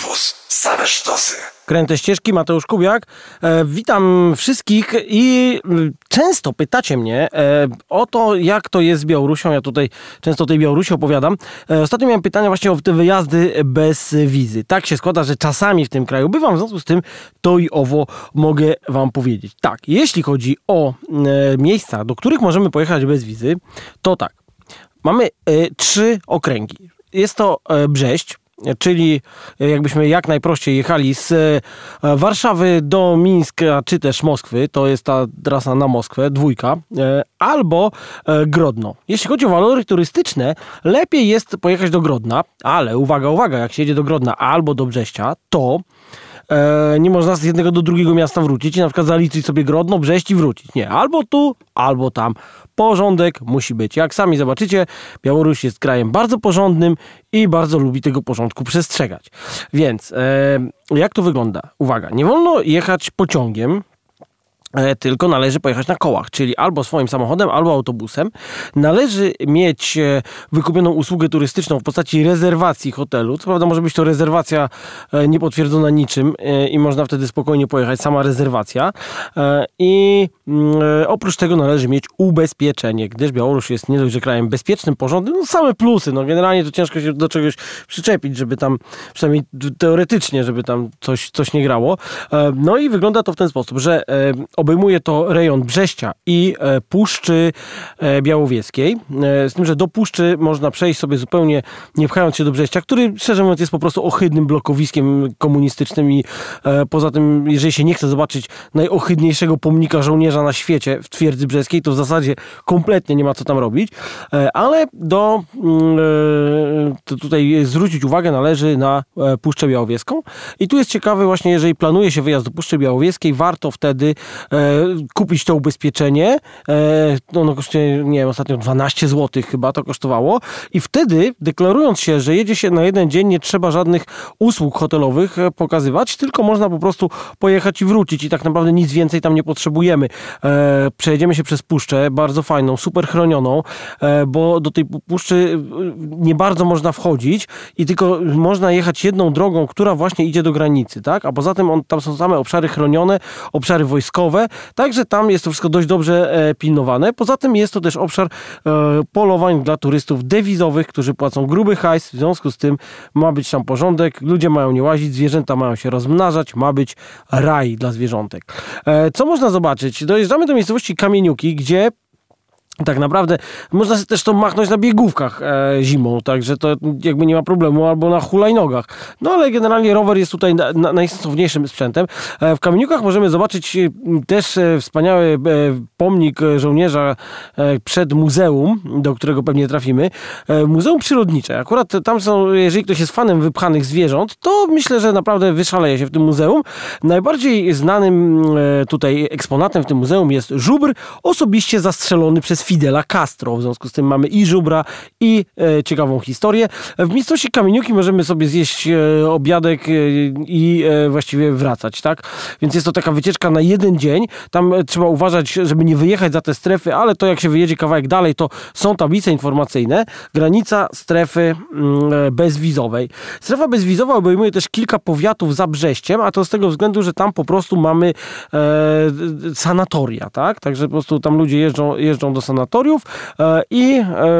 Campus. Same sztosy. Kręte ścieżki, Mateusz Kubiak. Witam wszystkich i często pytacie mnie o to, jak to jest z Białorusią. Ja tutaj często o tej Białorusi opowiadam. Ostatnio miałem pytania właśnie o te wyjazdy bez wizy. Tak się składa, że czasami w tym kraju bywam, w związku z tym to i owo mogę wam powiedzieć. Tak, jeśli chodzi o miejsca, do których możemy pojechać bez wizy, to tak. Mamy 3 okręgi. Jest to Brześć, czyli jakbyśmy jak najprościej jechali z Warszawy do Mińska, czy też Moskwy, to jest ta trasa na Moskwę, 2, albo Grodno. Jeśli chodzi o walory turystyczne, lepiej jest pojechać do Grodna, ale uwaga, jak się jedzie do Grodna albo do Brześcia, to nie można z jednego do drugiego miasta wrócić i na przykład zaliczyć sobie Grodno, Brześć i wrócić. Nie, albo tu, albo tam. Porządek musi być. Jak sami zobaczycie, Białoruś jest krajem bardzo porządnym i bardzo lubi tego porządku przestrzegać. Więc jak to wygląda? Uwaga, nie wolno jechać pociągiem, tylko należy pojechać na kołach, czyli albo swoim samochodem, albo autobusem. Należy mieć wykupioną usługę turystyczną w postaci rezerwacji hotelu. Co prawda może być to rezerwacja niepotwierdzona niczym i można wtedy spokojnie pojechać, sama rezerwacja. I oprócz tego należy mieć ubezpieczenie, gdyż Białoruś jest nie dość, że krajem bezpiecznym, porządnym, no same plusy. No generalnie to ciężko się do czegoś przyczepić, żeby tam, przynajmniej teoretycznie, żeby tam coś nie grało. No i wygląda to w ten sposób, że obejmuje to rejon Brześcia i Puszczy Białowieskiej. Z tym, że do Puszczy można przejść sobie zupełnie nie pchając się do Brześcia, który szczerze mówiąc jest po prostu ohydnym blokowiskiem komunistycznym i poza tym, jeżeli się nie chce zobaczyć najohydniejszego pomnika żołnierza na świecie w Twierdzy Brzeskiej, to w zasadzie kompletnie nie ma co tam robić. Ale to tutaj zwrócić uwagę należy na Puszczę Białowieską. I tu jest ciekawe właśnie, jeżeli planuje się wyjazd do Puszczy Białowieskiej, warto wtedy kupić to ubezpieczenie. Ono kosztuje, nie wiem, ostatnio 12 zł chyba to kosztowało. I wtedy, deklarując się, że jedzie się na jeden dzień, nie trzeba żadnych usług hotelowych pokazywać, tylko można po prostu pojechać i wrócić. I tak naprawdę nic więcej tam nie potrzebujemy. Przejedziemy się przez puszczę, bardzo fajną, super chronioną, bo do tej puszczy nie bardzo można wchodzić i tylko można jechać jedną drogą, która właśnie idzie do granicy, tak? A poza tym tam są same obszary chronione, obszary wojskowe, także tam jest to wszystko dość dobrze pilnowane. Poza tym jest to też obszar polowań dla turystów dewizowych, którzy płacą gruby hajs, w związku z tym ma być tam porządek, ludzie mają nie łazić, zwierzęta mają się rozmnażać, ma być raj dla zwierzątek. Co można zobaczyć? Dojeżdżamy do miejscowości Kamieniuki, gdzie tak naprawdę można sobie też to machnąć na biegówkach zimą, także to jakby nie ma problemu, albo na hulajnogach. No ale generalnie rower jest tutaj najsensowniejszym sprzętem. W Kamieniukach możemy zobaczyć też wspaniały pomnik żołnierza przed muzeum, do którego pewnie trafimy. Muzeum Przyrodnicze. Akurat tam są, jeżeli ktoś jest fanem wypchanych zwierząt, to myślę, że naprawdę wyszaleje się w tym muzeum. Najbardziej znanym tutaj eksponatem w tym muzeum jest żubr, osobiście zastrzelony przez Fidela Castro. W związku z tym mamy i żubra, i ciekawą historię. W miejscowości Kamieniuki możemy sobie zjeść obiadek i właściwie wracać, tak? Więc jest to taka wycieczka na jeden dzień. Tam trzeba uważać, żeby nie wyjechać za te strefy, ale to jak się wyjedzie kawałek dalej, to są tablice informacyjne. Granica strefy bezwizowej. Strefa bezwizowa obejmuje też kilka powiatów za Brześciem, a to z tego względu, że tam po prostu mamy sanatoria, tak? Także po prostu tam ludzie jeżdżą do sanatoriów i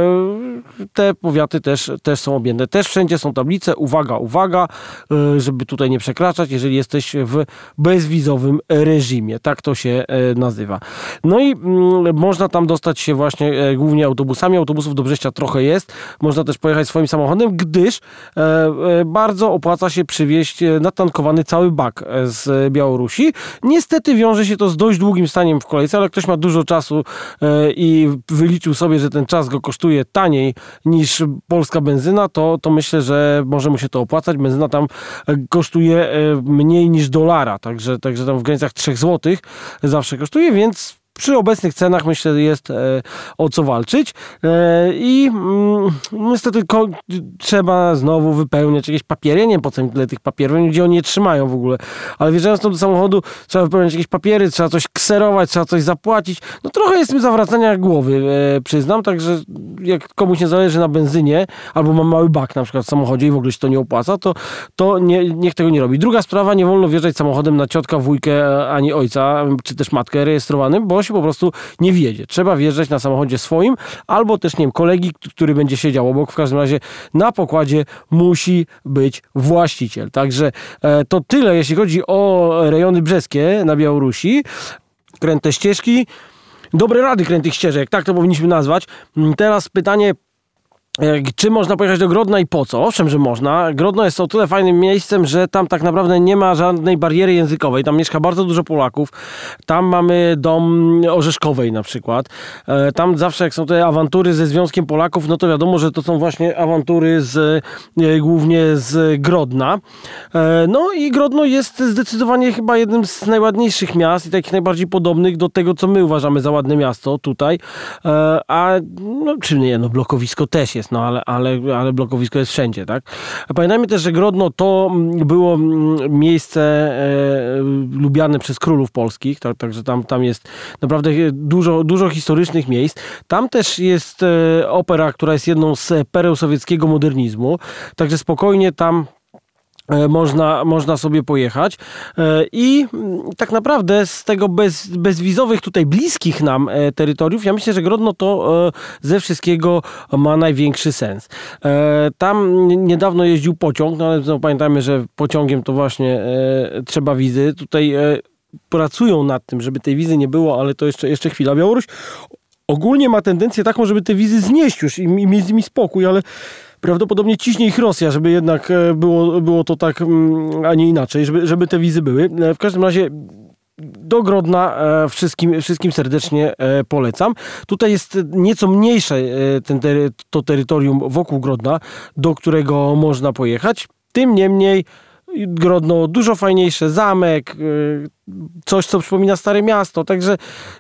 te powiaty też są objęte. Też wszędzie są tablice, uwaga, żeby tutaj nie przekraczać, jeżeli jesteś w bezwizowym reżimie. Tak to się nazywa. No i można tam dostać się właśnie głównie autobusami. Autobusów do Brześcia trochę jest. Można też pojechać swoim samochodem, gdyż bardzo opłaca się przywieźć natankowany cały bak z Białorusi. Niestety wiąże się to z dość długim staniem w kolejce, ale ktoś ma dużo czasu i wyliczył sobie, że ten czas go kosztuje taniej niż polska benzyna, to myślę, że może mu się to opłacać. Benzyna tam kosztuje mniej niż $1, także tam w granicach 3 zł zawsze kosztuje, więc przy obecnych cenach myślę, jest o co walczyć i niestety trzeba znowu wypełniać jakieś papiery. Ja nie wiem, po co im tyle tych papierów, gdzie oni je trzymają w ogóle, ale wjeżdżając do samochodu trzeba wypełniać jakieś papiery, trzeba coś kserować, trzeba coś zapłacić. No trochę jest mi zawracania głowy, przyznam, także jak komuś nie zależy na benzynie, albo ma mały bak na przykład w samochodzie i w ogóle się to nie opłaca, to niech tego nie robi. Druga sprawa, nie wolno wjeżdżać samochodem na ciotka, wujkę, ani ojca, czy też matkę rejestrowanym, bo się po prostu nie wjedzie. Trzeba wjeżdżać na samochodzie swoim, albo też, nie wiem, kolegi, który będzie siedział obok. W każdym razie na pokładzie musi być właściciel. Także to tyle, jeśli chodzi o rejony brzeskie na Białorusi. Kręte ścieżki, dobre rady krętych ścieżek, tak to powinniśmy nazwać. Teraz pytanie, czy można pojechać do Grodna i po co? Owszem, że można. Grodno jest o tyle fajnym miejscem, że tam tak naprawdę nie ma żadnej bariery językowej. Tam mieszka bardzo dużo Polaków. Tam mamy dom Orzeszkowej na przykład. Tam zawsze jak są te awantury ze Związkiem Polaków, no to wiadomo, że to są właśnie awantury głównie z Grodna. No i Grodno jest zdecydowanie chyba jednym z najładniejszych miast i takich najbardziej podobnych do tego, co my uważamy za ładne miasto tutaj. A no, czy nie, no blokowisko też jest. No ale blokowisko jest wszędzie, tak? Pamiętajmy też, że Grodno to było miejsce lubiane przez królów polskich, tak, także tam jest naprawdę dużo historycznych miejsc. Tam też jest opera, która jest jedną z pereł sowieckiego modernizmu, także spokojnie tam można sobie pojechać i tak naprawdę z tego bezwizowych tutaj bliskich nam terytoriów, ja myślę, że Grodno to ze wszystkiego ma największy sens. Tam niedawno jeździł pociąg, no ale no, pamiętajmy, że pociągiem to właśnie trzeba wizy. Tutaj pracują nad tym, żeby tej wizy nie było, ale to jeszcze chwila. Białoruś ogólnie ma tendencję taką, żeby te wizy znieść już i mieć z nimi spokój, ale prawdopodobnie ciśnie ich Rosja, żeby jednak było to tak, a nie inaczej, żeby te wizy były. W każdym razie do Grodna wszystkim serdecznie polecam. Tutaj jest nieco mniejsze to terytorium wokół Grodna, do którego można pojechać. Tym niemniej Grodno dużo fajniejsze, zamek, coś, co przypomina Stare Miasto, także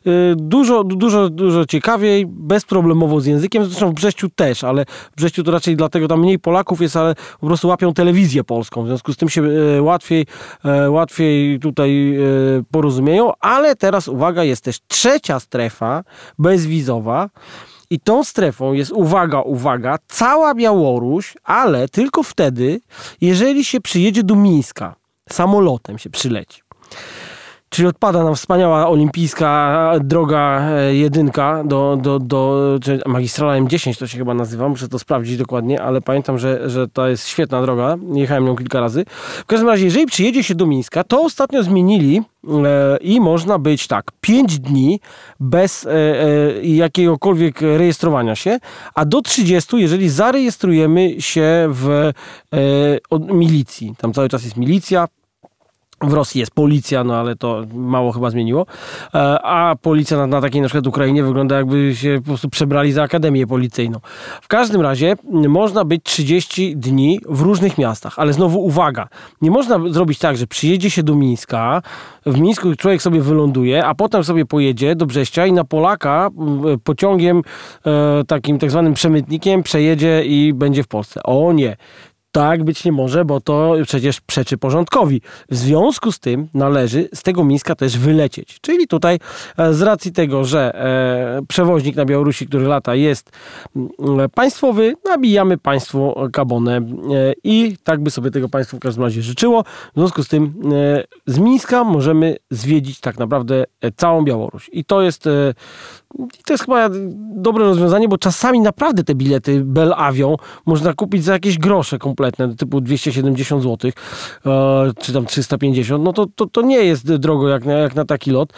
dużo ciekawiej, bezproblemowo z językiem, zresztą w Brześciu też, ale w Brześciu to raczej dlatego tam mniej Polaków jest, ale po prostu łapią telewizję polską, w związku z tym się łatwiej tutaj porozumieją, ale teraz uwaga, jest też trzecia strefa bezwizowa. I tą strefą jest, uwaga, cała Białoruś, ale tylko wtedy, jeżeli się przyjedzie do Mińska. Samolotem się przyleci. Czyli odpada nam wspaniała olimpijska droga jedynka czy magistrala M10 to się chyba nazywa, muszę to sprawdzić dokładnie, ale pamiętam, że to jest świetna droga, jechałem nią kilka razy. W każdym razie, jeżeli przyjedzie się do Mińska, to ostatnio zmienili i można być 5 dni bez jakiegokolwiek rejestrowania się, a do 30, jeżeli zarejestrujemy się w milicji. Tam cały czas jest milicja. W Rosji jest policja, no ale to mało chyba zmieniło. A policja na takiej na przykład Ukrainie wygląda, jakby się po prostu przebrali za akademię policyjną. W każdym razie można być 30 dni w różnych miastach, ale znowu uwaga, nie można zrobić tak, że przyjedzie się do Mińska, w Mińsku człowiek sobie wyląduje, a potem sobie pojedzie do Brześcia i na Polaka pociągiem takim tak zwanym przemytnikiem przejedzie i będzie w Polsce. O nie! Tak być nie może, bo to przecież przeczy porządkowi. W związku z tym należy z tego Mińska też wylecieć. Czyli tutaj z racji tego, że przewoźnik na Białorusi, który lata, jest państwowy, nabijamy państwu kabonę i tak by sobie tego państwo w każdym razie życzyło. W związku z tym z Mińska możemy zwiedzić tak naprawdę całą Białoruś. I to jest chyba dobre rozwiązanie, bo czasami naprawdę te bilety Belavion można kupić za jakieś grosze kompletne, typu 270 zł, czy tam 350, no to nie jest drogo jak na taki lot.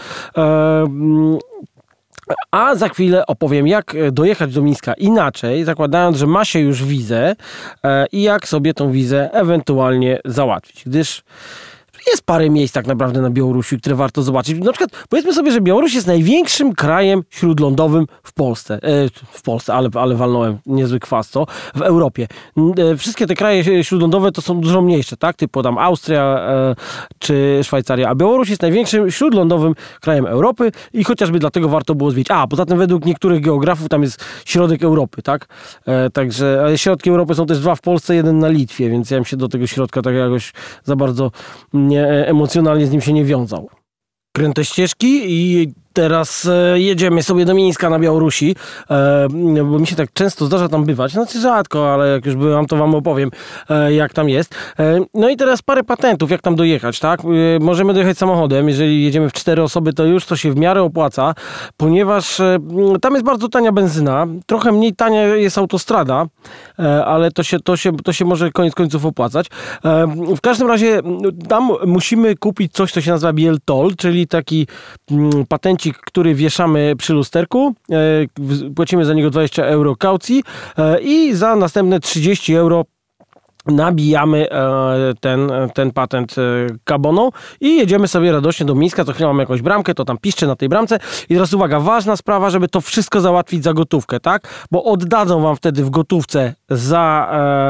A za chwilę opowiem, jak dojechać do Mińska inaczej, zakładając, że ma się już wizę i jak sobie tą wizę ewentualnie załatwić, gdyż jest parę miejsc tak naprawdę na Białorusi, które warto zobaczyć. Na przykład powiedzmy sobie, że Białoruś jest największym krajem śródlądowym w Polsce. Ale walnąłem niezły kwas, co? W Europie. Wszystkie te kraje śródlądowe to są dużo mniejsze, tak? Typu tam Austria czy Szwajcaria. A Białoruś jest największym śródlądowym krajem Europy i chociażby dlatego warto było zwiedzić. Poza tym według niektórych geografów tam jest środek Europy, tak? Także środki Europy są też dwa w Polsce, jeden na Litwie, więc ja bym się do tego środka tak jakoś za bardzo emocjonalnie z nim się nie wiązał. Kręte ścieżki i teraz jedziemy sobie do Mińska na Białorusi, bo mi się tak często zdarza tam bywać. Znaczy rzadko, ale jak już byłam, to wam opowiem, jak tam jest. No i teraz parę patentów, jak tam dojechać, tak? Możemy dojechać samochodem. Jeżeli jedziemy w 4 osoby, to już to się w miarę opłaca, ponieważ tam jest bardzo tania benzyna. Trochę mniej tania jest autostrada, ale to się może koniec końców opłacać. W każdym razie tam musimy kupić coś, co się nazywa Bieltoll, czyli taki patencik, który wieszamy przy lusterku, płacimy za niego 20 euro kaucji i za następne 30 euro nabijamy ten patent kaboną i jedziemy sobie radośnie do Mińska. Co chwilę mamy jakąś bramkę, to tam piszczy na tej bramce. I teraz uwaga, ważna sprawa, żeby to wszystko załatwić za gotówkę, tak? Bo oddadzą wam wtedy w gotówce za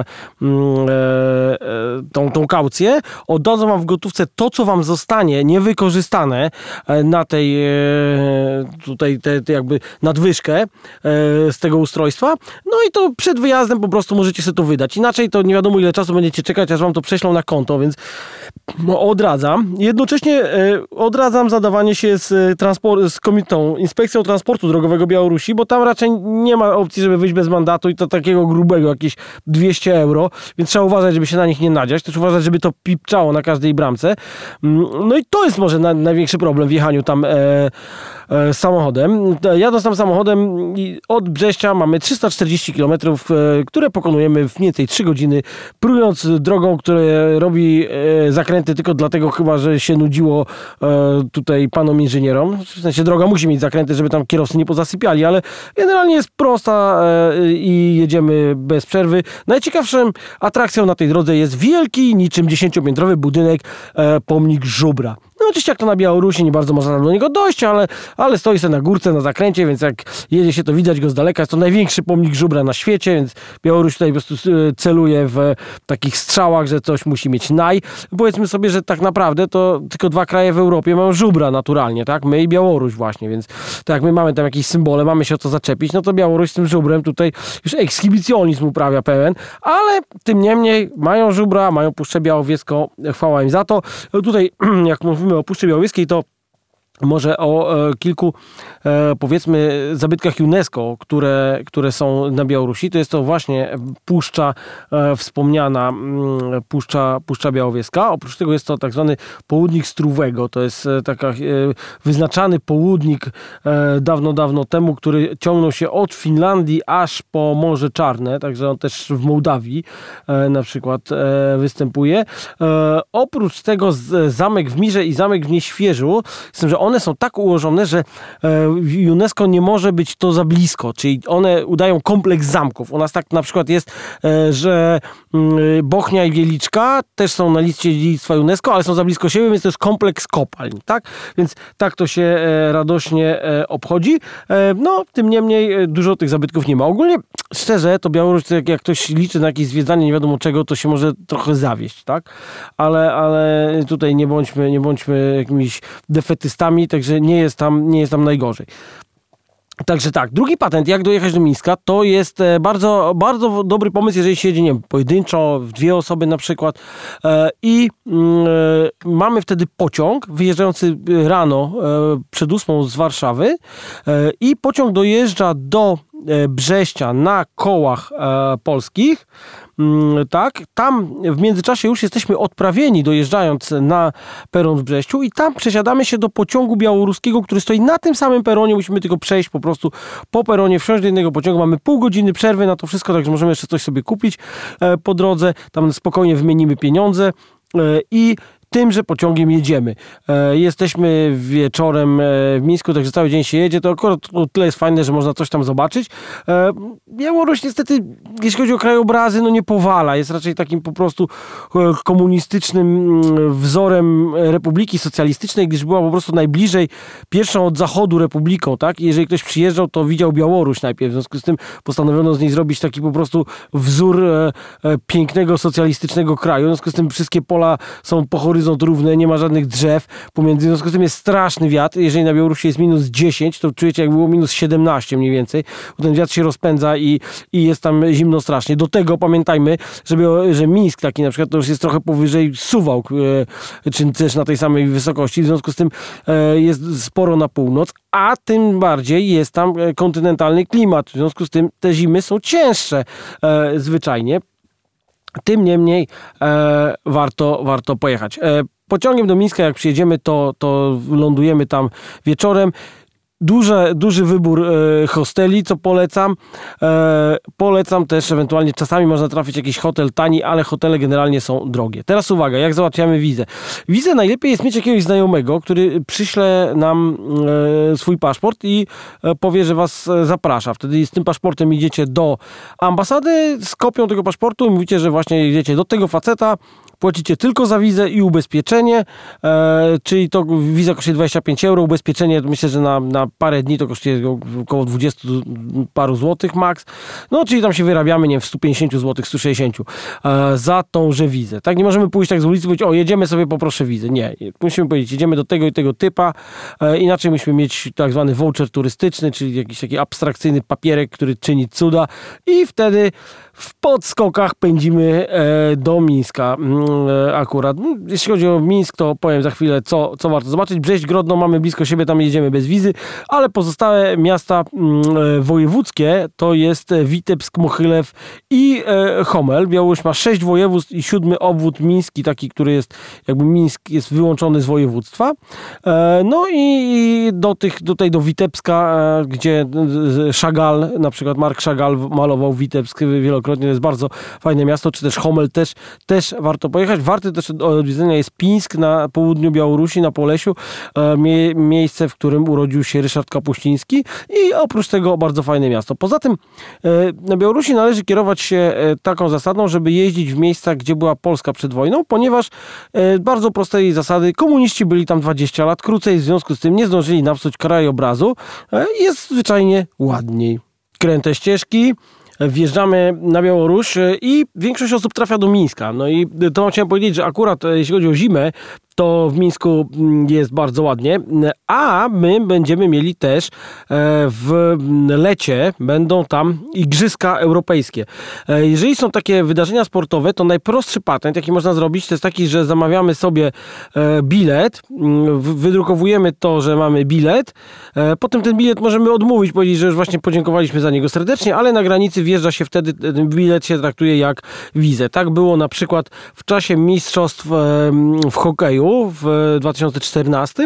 tą kaucję, oddadzą wam w gotówce to, co wam zostanie niewykorzystane na tej tutaj jakby nadwyżkę z tego ustrojstwa. No i to przed wyjazdem po prostu możecie sobie to wydać. Inaczej to nie wiadomo, ile czasu będziecie czekać, aż wam to prześlą na konto, więc odradzam. Jednocześnie odradzam zadawanie się z tą Inspekcją Transportu Drogowego Białorusi, bo tam raczej nie ma opcji, żeby wyjść bez mandatu i to takiego grubego, jakieś 200 euro, więc trzeba uważać, żeby się na nich nie nadziać, też uważać, żeby to pipczało na każdej bramce. No i to jest może największy problem w jechaniu tam samochodem. Jadąc tam samochodem od Brześcia mamy 340 km, które pokonujemy w mniej więcej 3 godziny, prując drogą, która robi zakręty tylko dlatego chyba, że się nudziło tutaj panom inżynierom. W sensie droga musi mieć zakręty, żeby tam kierowcy nie pozasypiali, ale generalnie jest prosta i jedziemy bez przerwy. Najciekawszą atrakcją na tej drodze jest wielki, niczym 10-piętrowy budynek, pomnik żubra. No oczywiście jak to na Białorusi, nie bardzo można do niego dojść, ale stoi sobie na górce, na zakręcie, więc jak jedzie się, to widać go z daleka. Jest to największy pomnik żubra na świecie, więc Białoruś tutaj po prostu celuje w takich strzałach, że coś musi mieć Powiedzmy sobie, że tak naprawdę to tylko 2 kraje w Europie mają żubra naturalnie, tak? My i Białoruś właśnie, więc tak jak my mamy tam jakieś symbole, mamy się o co zaczepić, no to Białoruś z tym żubrem tutaj już ekshibicjonizm uprawia pełen, ale tym niemniej mają żubra, mają Puszczę Białowieską, chwała im za to. Tutaj jak mówimy o Puszczy Białowieskiej, to może o kilku, powiedzmy, zabytkach UNESCO, które są na Białorusi. To jest to właśnie puszcza wspomniana, Puszcza Białowieska. Oprócz tego jest to tak zwany południk Struwego. To jest taka wyznaczany południk dawno temu, który ciągnął się od Finlandii aż po Morze Czarne. Także on też w Mołdawii na przykład występuje. Oprócz tego zamek w Mirze i zamek w Nieświeżu, z tym, że one są tak ułożone, że w UNESCO nie może być to za blisko, czyli one udają kompleks zamków. U nas tak na przykład jest, że Bochnia i Wieliczka też są na liście dziedzictwa UNESCO, ale są za blisko siebie, więc to jest kompleks kopalń, tak? Więc tak to się radośnie obchodzi. No, tym niemniej dużo tych zabytków nie ma. Ogólnie, szczerze, to Białoruś, jak ktoś liczy na jakieś zwiedzanie nie wiadomo czego, to się może trochę zawieść, tak? Ale tutaj nie bądźmy jakimiś defetystami, także nie jest tam najgorzej. Także tak, drugi patent, jak dojechać do Mińska, to jest bardzo, bardzo dobry pomysł, jeżeli się jedzie, nie wiem, pojedynczo, w 2 osoby na przykład i mamy wtedy pociąg wyjeżdżający rano przed 8 z Warszawy i pociąg dojeżdża do Brześcia na kołach polskich. Tak, tam w międzyczasie już jesteśmy odprawieni, dojeżdżając na peron w Brześciu i tam przesiadamy się do pociągu białoruskiego, który stoi na tym samym peronie. Musimy tylko przejść po prostu po peronie, wsiąść do jednego pociągu. Mamy pół godziny przerwy na to wszystko, także możemy jeszcze coś sobie kupić po drodze. Tam spokojnie wymienimy pieniądze. I tymże pociągiem jedziemy. Jesteśmy wieczorem w Mińsku, także cały dzień się jedzie. To akurat o tyle jest fajne, że można coś tam zobaczyć. Białoruś niestety, jeśli chodzi o krajobrazy, no nie powala. Jest raczej takim po prostu komunistycznym wzorem Republiki Socjalistycznej, gdyż była po prostu najbliżej pierwszą od zachodu republiką, tak? I jeżeli ktoś przyjeżdżał, to widział Białoruś najpierw. W związku z tym postanowiono z niej zrobić taki po prostu wzór pięknego, socjalistycznego kraju. W związku z tym wszystkie pola są po horyzont równe, nie ma żadnych drzew pomiędzy. W związku z tym jest straszny wiatr. Jeżeli na Białorusi jest minus 10, to czujecie, jak było minus 17 mniej więcej, bo ten wiatr się rozpędza i jest tam zimno strasznie. Do tego pamiętajmy, że Mińsk taki na przykład to już jest trochę powyżej Suwałk, czy też na tej samej wysokości. W związku z tym jest sporo na północ, a tym bardziej jest tam kontynentalny klimat. W związku z tym te zimy są cięższe zwyczajnie. Tym niemniej warto pojechać. Pociągiem do Mińska, jak przyjedziemy, to lądujemy tam wieczorem. Duży wybór hosteli, co polecam. Polecam też ewentualnie, czasami można trafić jakiś hotel tani, ale hotele generalnie są drogie. Teraz uwaga, jak załatwiamy wizę? Wizę najlepiej jest mieć jakiegoś znajomego, który przyśle nam swój paszport i powie, że was zaprasza. Wtedy z tym paszportem idziecie do ambasady z kopią tego paszportu i mówicie, że właśnie idziecie do tego faceta, płacicie tylko za wizę i ubezpieczenie, czyli to wiza kosztuje 25 euro, ubezpieczenie myślę, że na parę dni to kosztuje około 20 paru złotych max. No, czyli tam się wyrabiamy, nie wiem, w 150 zł, 160 za tąże wizę. Tak, nie możemy pójść tak z ulicy i powiedzieć, o, jedziemy sobie, poproszę wizę. Nie, musimy powiedzieć, jedziemy do tego i tego typa. Inaczej musimy mieć tak zwany voucher turystyczny, czyli jakiś taki abstrakcyjny papierek, który czyni cuda i wtedy w podskokach pędzimy do Mińska akurat. Jeśli chodzi o Mińsk, to powiem za chwilę, co warto zobaczyć. Brześć, Grodno mamy blisko siebie, tam jedziemy bez wizy, ale pozostałe miasta wojewódzkie to jest Witebsk, Mochylew i Homel. Białoruś ma 6 województw i 7 obwód miński, taki, który jest jakby Mińsk jest wyłączony z województwa. No i do Witebska, gdzie Chagall, na przykład Mark Chagall malował Witebsk wielokrotnie, to jest bardzo fajne miasto, czy też Homel też warto pojechać. Warty też odwiedzenia jest Pińsk na południu Białorusi, na Polesiu, miejsce, w którym urodził się Ryszard Kapuściński i oprócz tego bardzo fajne miasto. Poza tym na Białorusi należy kierować się taką zasadą, żeby jeździć w miejscach, gdzie była Polska przed wojną, ponieważ bardzo prostej zasady, komuniści byli tam 20 lat krócej, w związku z tym nie zdążyli napsuć krajobrazu, jest zwyczajnie ładniej. Kręte ścieżki, wjeżdżamy na Białoruś i większość osób trafia do Mińska. No i to chciałem powiedzieć, że akurat jeśli chodzi o zimę, to w Mińsku jest bardzo ładnie, a my będziemy mieli też w lecie, będą tam Igrzyska Europejskie. Jeżeli są takie wydarzenia sportowe, to najprostszy patent, jaki można zrobić, to jest taki, że zamawiamy sobie bilet, wydrukowujemy to, że mamy bilet, potem ten bilet możemy odmówić, powiedzieć, że już właśnie podziękowaliśmy za niego serdecznie, ale na granicy wjeżdża się wtedy, ten bilet się traktuje jak wizę. Tak było na przykład w czasie mistrzostw w hokeju w 2014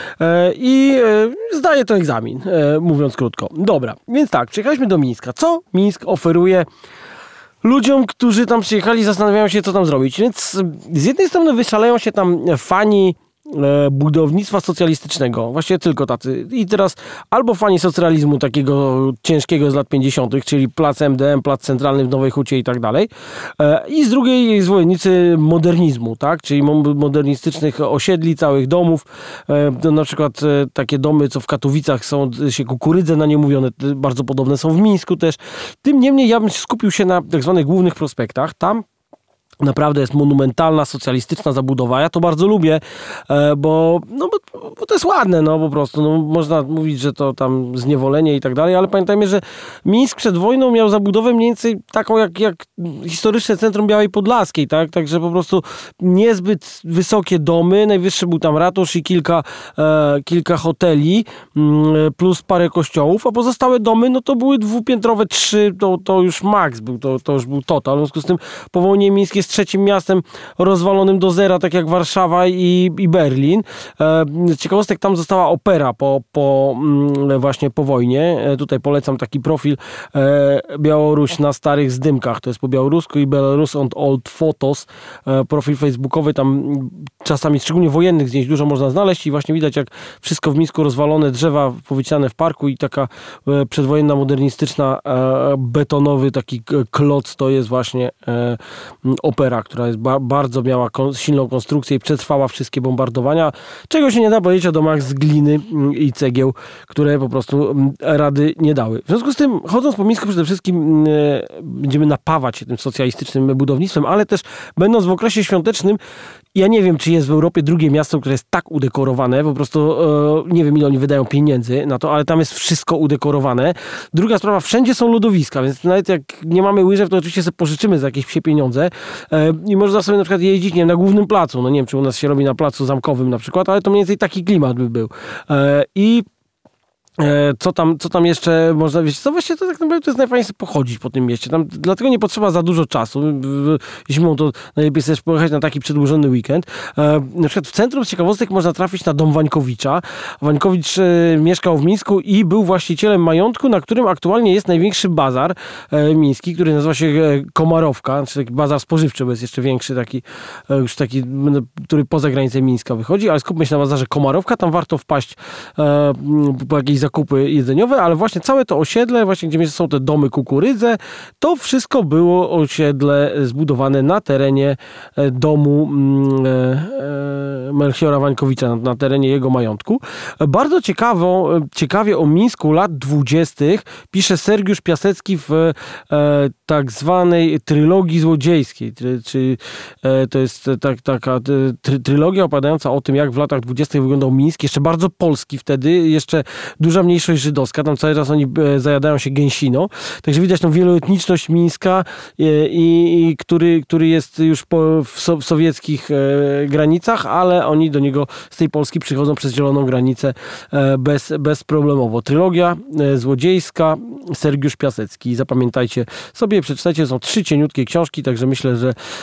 i zdaję to egzamin, mówiąc krótko. Dobra, więc tak, przyjechaliśmy do Mińska. Co Mińsk oferuje ludziom, którzy tam przyjechali, zastanawiają się, co tam zrobić? Więc z jednej strony wyszaleją się tam fani budownictwa socjalistycznego, właściwie tylko tacy. I teraz albo fani socrealizmu takiego ciężkiego z lat 50., czyli plac MDM, plac centralny w Nowej Hucie i tak dalej. I z drugiej zwolennicy modernizmu, tak? Czyli modernistycznych osiedli, całych domów. To na przykład takie domy, co w Katowicach są, się kukurydze na nie mówione, bardzo podobne są w Mińsku też. Tym niemniej ja bym skupił się na tak zwanych głównych prospektach. Tam naprawdę jest monumentalna, socjalistyczna zabudowa. Ja to bardzo lubię, bo to jest ładne, no po prostu. No, można mówić, że to tam zniewolenie i tak dalej, ale pamiętajmy, że Mińsk przed wojną miał zabudowę mniej więcej taką jak historyczne centrum Białej Podlaskiej, tak? Także po prostu niezbyt wysokie domy, najwyższy był tam ratusz i kilka hoteli, plus parę kościołów, a pozostałe domy, no to były dwupiętrowe, 3, to już maks był, to już był total. W związku z tym po wojnie Mińsk jest trzecim miastem rozwalonym do zera, tak jak Warszawa i Berlin. Z ciekawostek tam została opera właśnie po wojnie. Tutaj polecam taki profil Białoruś na starych zdymkach. To jest po białorusku i Belarus on Old Photos. Profil facebookowy. Tam czasami szczególnie wojennych zdjęć dużo można znaleźć i właśnie widać, jak wszystko w Mińsku rozwalone, drzewa powycinane w parku i taka przedwojenna, modernistyczna, betonowy taki kloc to jest właśnie opera, która jest bardzo miała silną konstrukcję i przetrwała wszystkie bombardowania, czego się nie da powiedzieć o domach z gliny i cegieł, które po prostu rady nie dały. W związku z tym, chodząc po Mińsku, przede wszystkim będziemy napawać się tym socjalistycznym budownictwem, ale też będąc w okresie świątecznym, ja nie wiem, czy jest w Europie drugie miasto, które jest tak udekorowane, po prostu nie wiem, ile oni wydają pieniędzy na to, ale tam jest wszystko udekorowane. Druga sprawa, wszędzie są lodowiska, więc nawet jak nie mamy łyżew, to oczywiście sobie pożyczymy za jakieś psie pieniądze i można sobie na przykład jeździć, nie wiem, na głównym placu. No nie wiem, czy u nas się robi na placu zamkowym na przykład, ale to mniej więcej taki klimat by był. I co tam jeszcze można, wiecie, co właściwie to tak naprawdę to jest najfajniejsze pochodzić po tym mieście. Tam dlatego nie potrzeba za dużo czasu. Zimą to najlepiej też pojechać na taki przedłużony weekend. Na przykład w centrum z ciekawostek można trafić na dom Wańkowicza. Wańkowicz mieszkał w Mińsku i był właścicielem majątku, na którym aktualnie jest największy bazar miński, który nazywa się Komarowka, czyli taki bazar spożywczy, bo jest jeszcze większy, już taki, który poza granicę Mińska wychodzi, ale skupmy się na bazarze Komarowka. Tam warto wpaść po jakiejś zakupy jedzeniowe, ale właśnie całe to osiedle, właśnie gdzie są te domy kukurydze, to wszystko było osiedle zbudowane na terenie domu Melchiora Wańkowicza, na terenie jego majątku. Bardzo ciekawie o Mińsku lat 20. pisze Sergiusz Piasecki w tak zwanej trylogii złodziejskiej. To jest taka trylogia opowiadająca o tym, jak w latach 20. wyglądał Mińsk, jeszcze bardzo polski wtedy, jeszcze duża mniejszość żydowska, tam cały czas oni zajadają się gęsiną, także widać tą wieloetniczność Mińska, który jest już w sowieckich granicach, ale oni do niego z tej Polski przychodzą przez zieloną granicę bezproblemowo. Trylogia złodziejska, Sergiusz Piasecki. Zapamiętajcie sobie, przeczytajcie, są 3 cieniutkie książki, także myślę,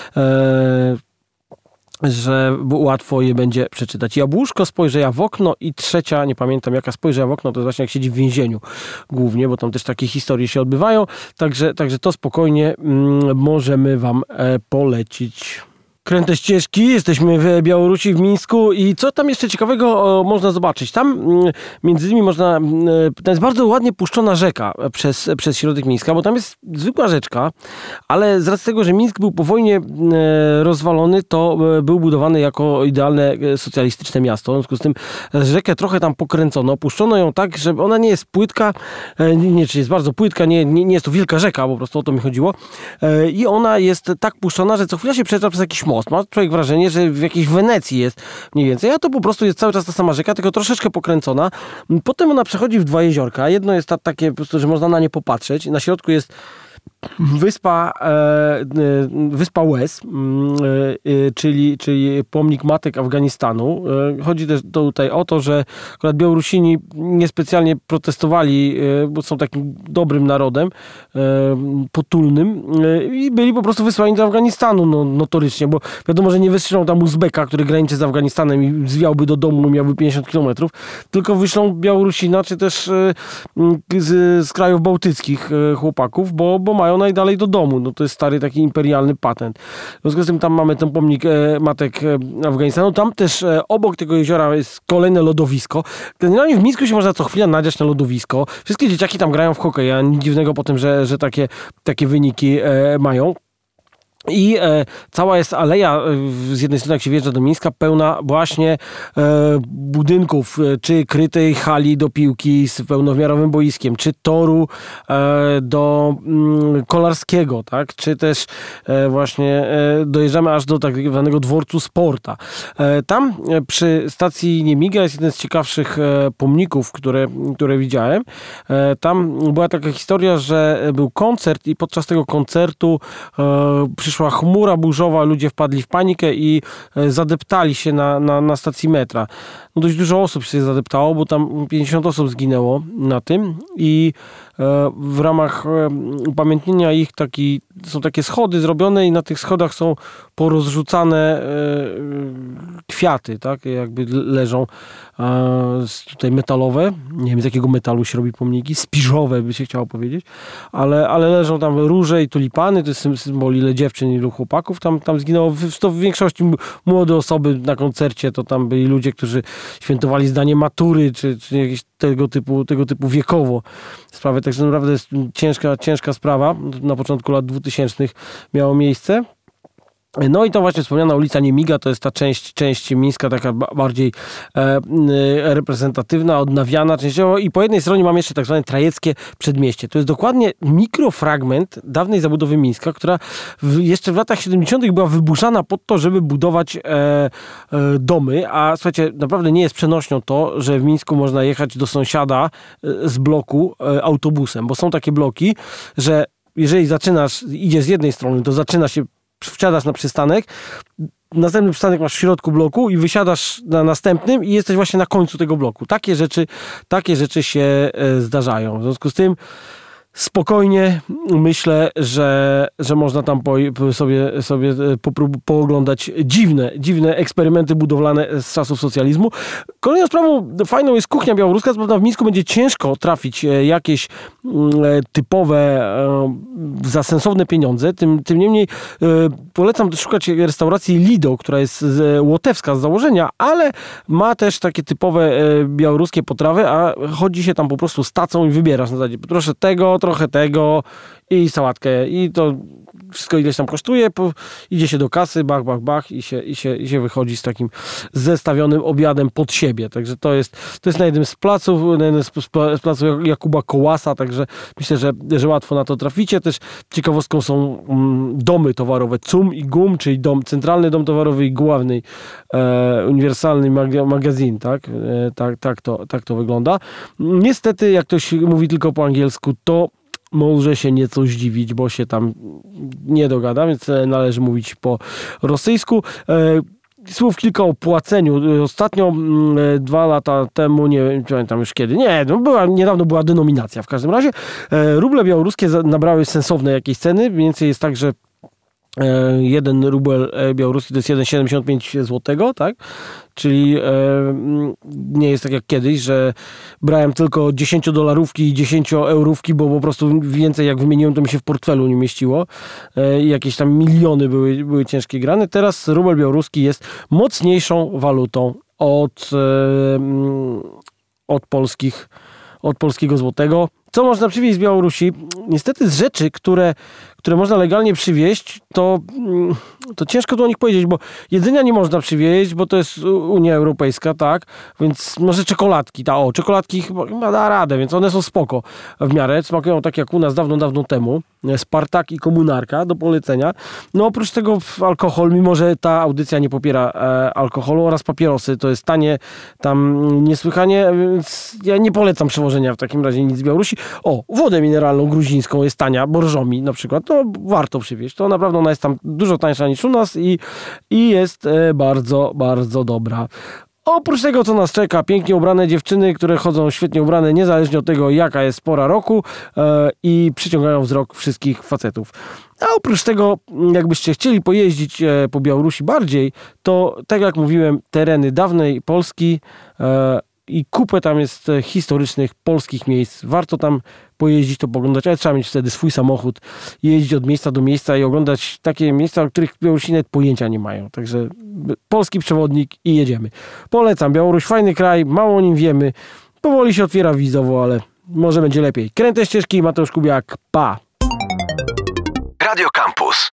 że łatwo je będzie przeczytać. Jabłuszko, Spojrzenia w okno i trzecia, nie pamiętam jaka, Spojrzenia w okno, to jest właśnie jak siedzi w więzieniu głównie, bo tam też takie historie się odbywają, także to spokojnie możemy wam polecić. Kręte ścieżki, jesteśmy w Białorusi, w Mińsku i co tam jeszcze ciekawego można zobaczyć? Tam między innymi tam jest bardzo ładnie puszczona rzeka przez środek Mińska, bo tam jest zwykła rzeczka, ale z racji tego, że Mińsk był po wojnie rozwalony, to był budowany jako idealne socjalistyczne miasto. W związku z tym rzekę trochę tam pokręcono, puszczono ją tak, że ona nie jest płytka, czy jest bardzo płytka, nie jest to wielka rzeka, po prostu o to mi chodziło. I ona jest tak puszczona, że co chwila się przejeżdża przez jakiś most. Ma człowiek wrażenie, że w jakiejś Wenecji jest mniej więcej, a to po prostu jest cały czas ta sama rzeka, tylko troszeczkę pokręcona. Potem ona przechodzi w 2 jeziorka. Jedno jest takie po prostu, że można na nie popatrzeć. Na środku jest Wyspa Łez, czyli pomnik matek Afganistanu. Chodzi też tutaj o to, że akurat Białorusini niespecjalnie protestowali, bo są takim dobrym narodem, potulnym i byli po prostu wysłani do Afganistanu notorycznie, bo wiadomo, że nie wyślą tam Uzbeka, który graniczy z Afganistanem i zwiałby do domu, miałby 50 kilometrów, tylko wyślą Białorusina, czy też z krajów bałtyckich chłopaków, bo mają najdalej do domu. No to jest stary taki imperialny patent. W związku z tym tam mamy ten pomnik matek Afganistanu. Tam też obok tego jeziora jest kolejne lodowisko. Generalnie w Mińsku się można co chwilę nadziać na lodowisko. Wszystkie dzieciaki tam grają w hokeja. Nic dziwnego po tym, że takie wyniki mają. I cała jest aleja z jednej strony, jak się wjeżdża do Mińska, pełna właśnie budynków, czy krytej hali do piłki z pełnowymiarowym boiskiem, czy toru do kolarskiego, tak? Czy też właśnie dojeżdżamy aż do tak zwanego dworcu Sporta. Tam przy stacji Niemiga jest jeden z ciekawszych pomników, które widziałem. Tam była taka historia, że był koncert i podczas tego koncertu przyszła chmura burzowa, ludzie wpadli w panikę i zadeptali się na stacji metra. No dość dużo osób się zadeptało, bo tam 50 osób zginęło na tym i w ramach upamiętnienia ich są takie schody zrobione i na tych schodach są porozrzucane kwiaty, tak, jakby leżą tutaj metalowe, nie wiem z jakiego metalu się robi pomniki, spiżowe by się chciało powiedzieć, ale leżą tam róże i tulipany, to jest symbol ile dziewczyn, ilu chłopaków tam zginęło, to w większości młode osoby na koncercie, to tam byli ludzie, którzy świętowali zdanie matury, czy jakieś tego typu wiekowo sprawy, także naprawdę jest ciężka sprawa, na początku lat 2000 miało miejsce. No i to właśnie wspomniana ulica Niemiga, to jest ta część Mińska, taka bardziej reprezentatywna, odnawiana częściowo i po jednej stronie mam jeszcze tak zwane Trajeckie Przedmieście. To jest dokładnie mikrofragment dawnej zabudowy Mińska, która jeszcze w latach 70. była wyburzana pod to, żeby budować domy, a słuchajcie, naprawdę nie jest przenośnią to, że w Mińsku można jechać do sąsiada z bloku autobusem, bo są takie bloki, że jeżeli idziesz z jednej strony, to zaczyna się wsiadasz na przystanek, następny przystanek masz w środku bloku i wysiadasz na następnym i jesteś właśnie na końcu tego bloku. Takie rzeczy się zdarzają. W związku z tym spokojnie myślę, że można tam sobie pooglądać dziwne eksperymenty budowlane z czasów socjalizmu. Kolejną sprawą fajną jest kuchnia białoruska. W Mińsku będzie ciężko trafić jakieś typowe, za sensowne pieniądze. Tym niemniej polecam też szukać restauracji Lido, która jest łotewska z założenia, ale ma też takie typowe białoruskie potrawy, a chodzi się tam po prostu z tacą i wybierasz na zasadzie proszę tego, trochę tego i sałatkę i to wszystko ileś tam kosztuje, idzie się do kasy, bach i się wychodzi z takim zestawionym obiadem pod siebie. Także to jest na jednym z placów Jakuba Kołasa, także myślę, że łatwo na to traficie. Też ciekawostką są domy towarowe CUM i GUM, czyli centralny dom towarowy i główny uniwersalny magazyn, tak? Tak to wygląda. Niestety, jak ktoś mówi tylko po angielsku, to może się nieco zdziwić, bo się tam nie dogada, więc należy mówić po rosyjsku. Słów kilka o płaceniu. Ostatnio 2 lata temu, nie pamiętam już kiedy, niedawno była denominacja w każdym razie. Ruble białoruskie nabrały sensowne jakieś ceny, mniej więcej jest tak, że 1 rubel białoruski to jest 1,75 zł, tak? Czyli nie jest tak jak kiedyś, że brałem tylko 10-dolarówki i 10-eurówki, bo po prostu więcej jak wymieniłem, to mi się w portfelu nie mieściło. Jakieś tam miliony były ciężkie grane. Teraz rubel białoruski jest mocniejszą walutą od polskiego złotego. Co można przywieźć z Białorusi? Niestety z rzeczy, które można legalnie przywieźć, to ciężko tu o nich powiedzieć, bo jedzenia nie można przywieźć, bo to jest Unia Europejska, tak? Więc może czekoladki. Czekoladki chyba da radę, więc one są spoko w miarę. Smakują tak jak u nas dawno temu. Spartak i Komunarka do polecenia. No oprócz tego alkohol, mimo że ta audycja nie popiera alkoholu, oraz papierosy. To jest tanie tam niesłychanie, więc ja nie polecam przewożenia w takim razie nic z Białorusi. Wodę mineralną gruzińską jest tania, borżomi na przykład, to warto przywieźć. To naprawdę ona jest tam dużo tańsza niż u nas i jest bardzo, bardzo dobra. Oprócz tego, co nas czeka, pięknie ubrane dziewczyny, które chodzą świetnie ubrane, niezależnie od tego, jaka jest pora roku i przyciągają wzrok wszystkich facetów. A oprócz tego, jakbyście chcieli pojeździć po Białorusi bardziej, to tak jak mówiłem, tereny dawnej Polski i kupę tam jest historycznych polskich miejsc. Warto tam pojeździć, to poglądać, ale trzeba mieć wtedy swój samochód, jeździć od miejsca do miejsca i oglądać takie miejsca, o których Białorusini nawet pojęcia nie mają. Także polski przewodnik i jedziemy. Polecam. Białoruś, fajny kraj, mało o nim wiemy. Powoli się otwiera wizowo, ale może będzie lepiej. Kręte ścieżki, Mateusz Kubiak, pa! Radio Campus.